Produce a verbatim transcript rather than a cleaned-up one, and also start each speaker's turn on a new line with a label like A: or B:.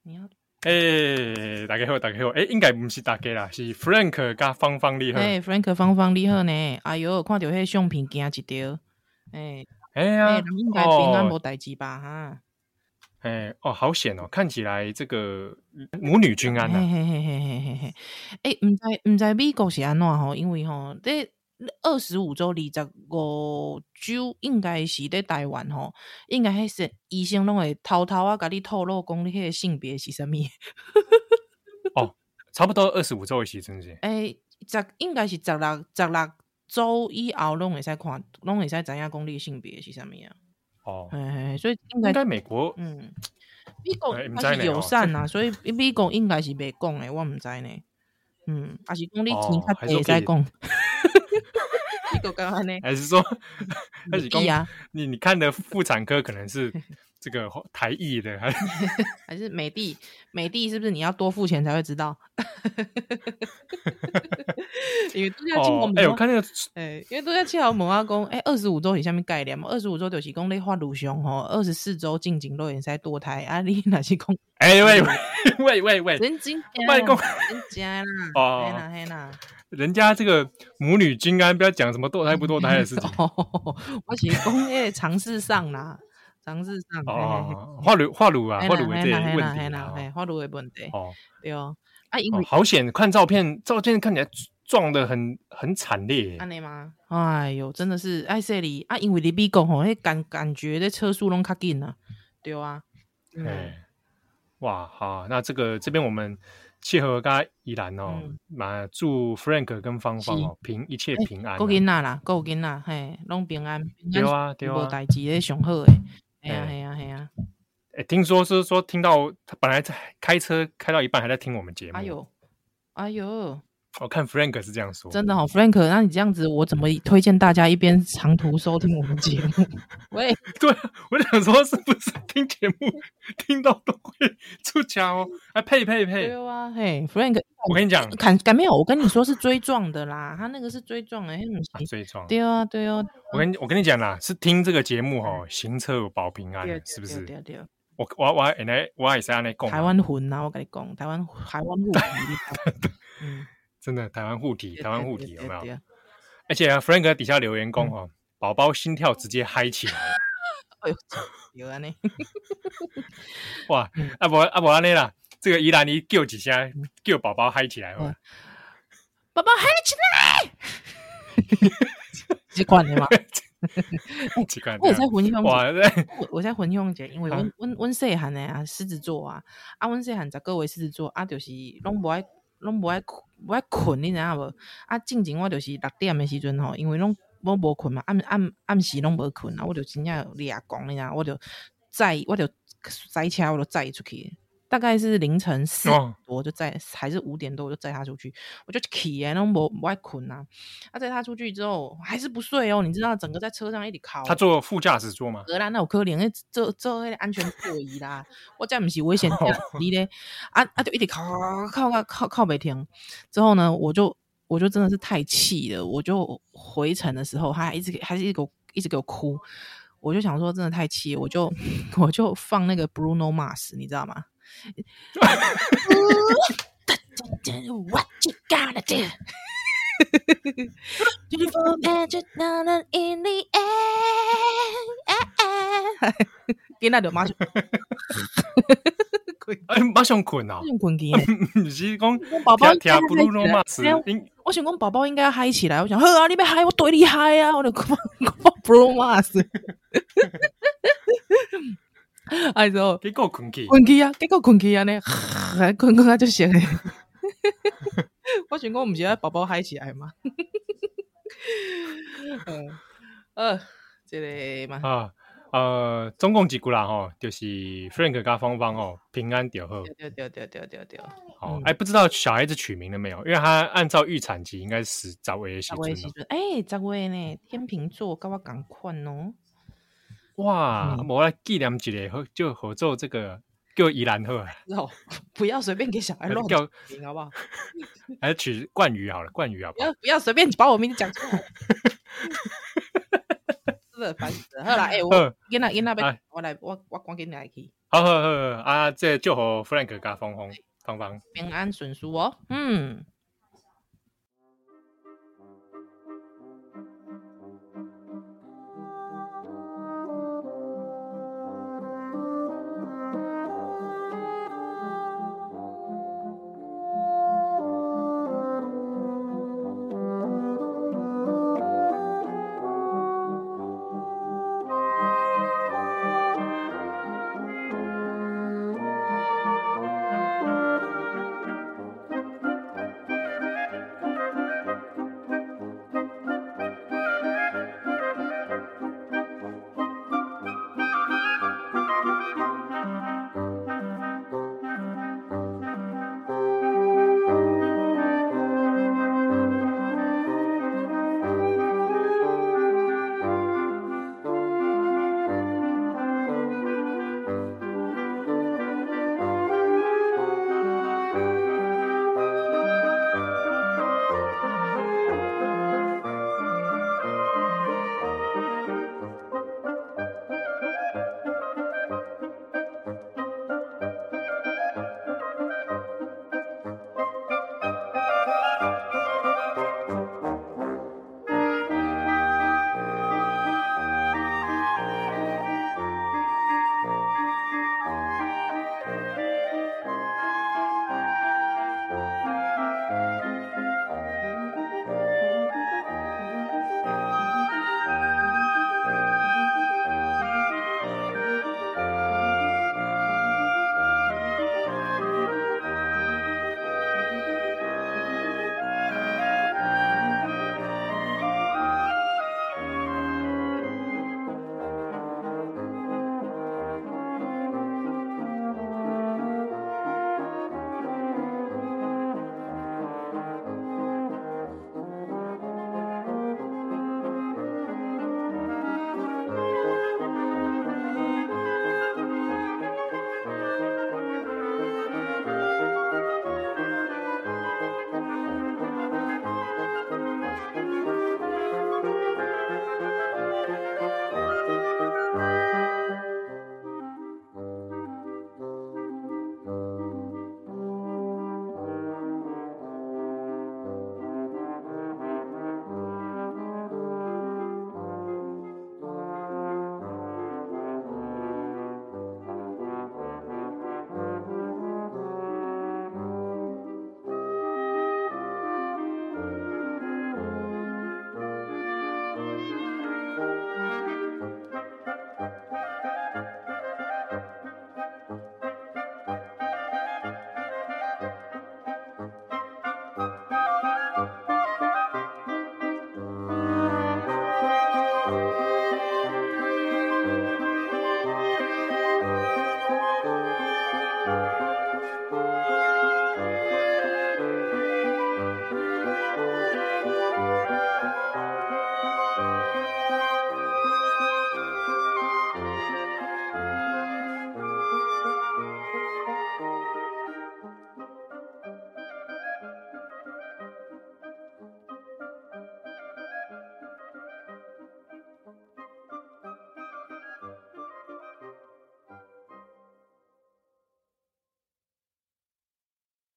A: 你要
B: 诶、欸，大家好，大家好，诶、欸，应该不是大家啦，是 Frank 加芳芳你好。
A: 诶 ，Frank 芳芳你好呢。哎呦，看到迄相片惊一跳。诶，
B: 哎呀，
A: 诶，人应该平安无代志吧？哈。
B: 哎哦，好险哦！看起来这个母女均安呐、啊。
A: 嘿嘿嘿嘿嘿嘿嘿。诶，唔知唔知美国是安怎吼？因为吼，这二十五周、二十五周应该是在台湾吼，应该迄是医生拢会偷偷啊，甲你透露讲你迄个性别是啥物。
B: 哦，差不多二十五周的时阵是。
A: 诶，十应该是十六十六周以后拢会使看，拢会使知影讲你性别是啥物啊？
B: 哦，
A: 嘿嘿，所以应该
B: 应该美国，
A: 嗯，美国
B: 呃
A: 应该是友善啊，所以美国应该是袂讲诶，我毋知呢。嗯，还是讲你钱较低会使讲。美国干安尼？
B: 还是说，还是
A: 讲
B: 你你看的妇产科可能是这个台裔的，还是
A: 还是美帝？美帝是不是你要多付钱才会知道？因为都要去
B: 哦，哎、欸，我看那个，
A: 哎、欸，因为都要去好问啊，讲哎，二十五周是啥物概念嘛？二十五周就是讲你法律上吼，二十四周进境都会使堕胎啊，你若是讲，
B: 哎、欸，喂喂喂喂喂，
A: 真真
B: 卖公
A: 真假啦，
B: 哦，
A: 嘿啦嘿啦。
B: 人家这个母女均安，不要讲什么堕胎不堕胎的事情。
A: 哦、我是讲诶，尝试上啦，尝试上。
B: 哦，化乳化乳啊，化乳的这些问题
A: 啦，化乳的问题。
B: 哦，
A: 对哦，啊，因为、
B: 哦、好险，看照片，照片看起来撞得很很惨烈。
A: 安尼吗？哎呦，真的是爱说你啊，因为你美国吼，迄感感觉的车速拢较紧啊，对啊。
B: 嗯，哇，好，那这个这边我们契合跟宜兰哦，嘛、嗯、祝 Frank 跟芳芳哦平一切平安、啊。
A: 够囡仔啦，够囡仔，嘿，拢平安，平安
B: 对啊，对啊，
A: 无代志咧上好诶。哎呀，哎呀，哎呀。
B: 哎，听说是说听到他本来在开车开到一半还在听我们节目。
A: 哎呦，哎呦。
B: 我看 Frank 是这样说，
A: 真的好、哦、，Frank， 那你这样子，我怎么推荐大家一边长途收听我们节目？喂，
B: 对，我想说，是不是听节目听到都会出糗哦？还配配配？
A: 对啊，嘿 ，Frank，
B: 我跟你讲，
A: 感感没有，我跟你说是追撞的啦，他那个是追撞的，欸
B: 啊、追撞，
A: 对啊，对啊。
B: 我跟我跟你讲啦，是听这个节目哦，行车保平安，是不是？
A: 对对对。
B: 我我我原来我也是这样讲，
A: 台湾魂啊，我跟你讲，台湾台湾护体，
B: 嗯。真的台湾护体，台湾护体有没有？
A: 对对对，
B: 而且啊 ，Frank 底下留言讲哦，宝宝心跳直接嗨起来了。
A: 哎呦，有啊呢！
B: 哇，啊不啊不安尼啦，这个宜兰你叫几下，叫宝宝嗨起来哦。
A: 宝宝嗨起来！这款的嘛？
B: 这款
A: 我也在分享
B: 哇，
A: 我我在分享者，因为阮阮阮细汉的啊，狮子座啊，啊，阮细汉十个月狮子座啊，就是拢无爱。拢无爱无爱困，你知影无？啊，进前我就是六点的时阵吼，因为拢我无困嘛，暗暗暗时拢无困啊，我就真正掠讲，你知影，我就载，我就载车，我就载出去。大概是凌晨四点多就载，还是五点多我就载他出去，我就起来，拢无无爱困啊。啊，载他出去之后还是不睡哦，你知道，整个在车上一直哭。
B: 他坐副驾驶座吗？
A: 荷兰那有可能，做做那个安全座椅啦，我这不是危险驾驶咧，啊啊就一直靠靠靠靠靠不停。之后呢，我就我就真的是太气了，我就回程的时候，他还一直还是一直给我一直给我哭，我就想说真的太气了，我就我就放那个 Bruno Mars， 你知道吗？What you gotta do? Beautiful magic night in the air， 今仔就马上，
B: 哎，马上困啊！
A: 马上困去，
B: 不是讲
A: 宝宝
B: 听 Bruno Mars，
A: 我想讲宝宝应该要嗨起来，我想，呵啊，你要嗨，我对你嗨啊，我就放 Bruno Mars。哎，之后
B: 结果困去，
A: 困去啊，结果困去啊呢，困困啊就行诶。我想讲，不是要宝宝嗨起来吗？嗯呃，这个嘛
B: 啊呃，总共几句啦吼，就是 Frank 跟芳芳哦，平安就好。
A: 对对对对对对。
B: 好，哎、嗯，不知道小孩子取名了没有？因为他按照预产期应该是十月的时阵。
A: 十月哎，十月呢，天秤座跟我同款哦。
B: 哇，嗯、我来纪念一个，就合作这个叫宜兰好啊。
A: 哦，不要随便给小孩乱取名，好不好？
B: 还是取冠宇好了，冠宇好不好？
A: 不要不要随便把我名字讲出来。 真的烦死了。好啦，诶、欸，我囡仔囡仔要，我来，我我赶紧来去。
B: 好好好啊，这祝福 Frank 甲芳芳芳芳
A: 平安顺遂哦。嗯。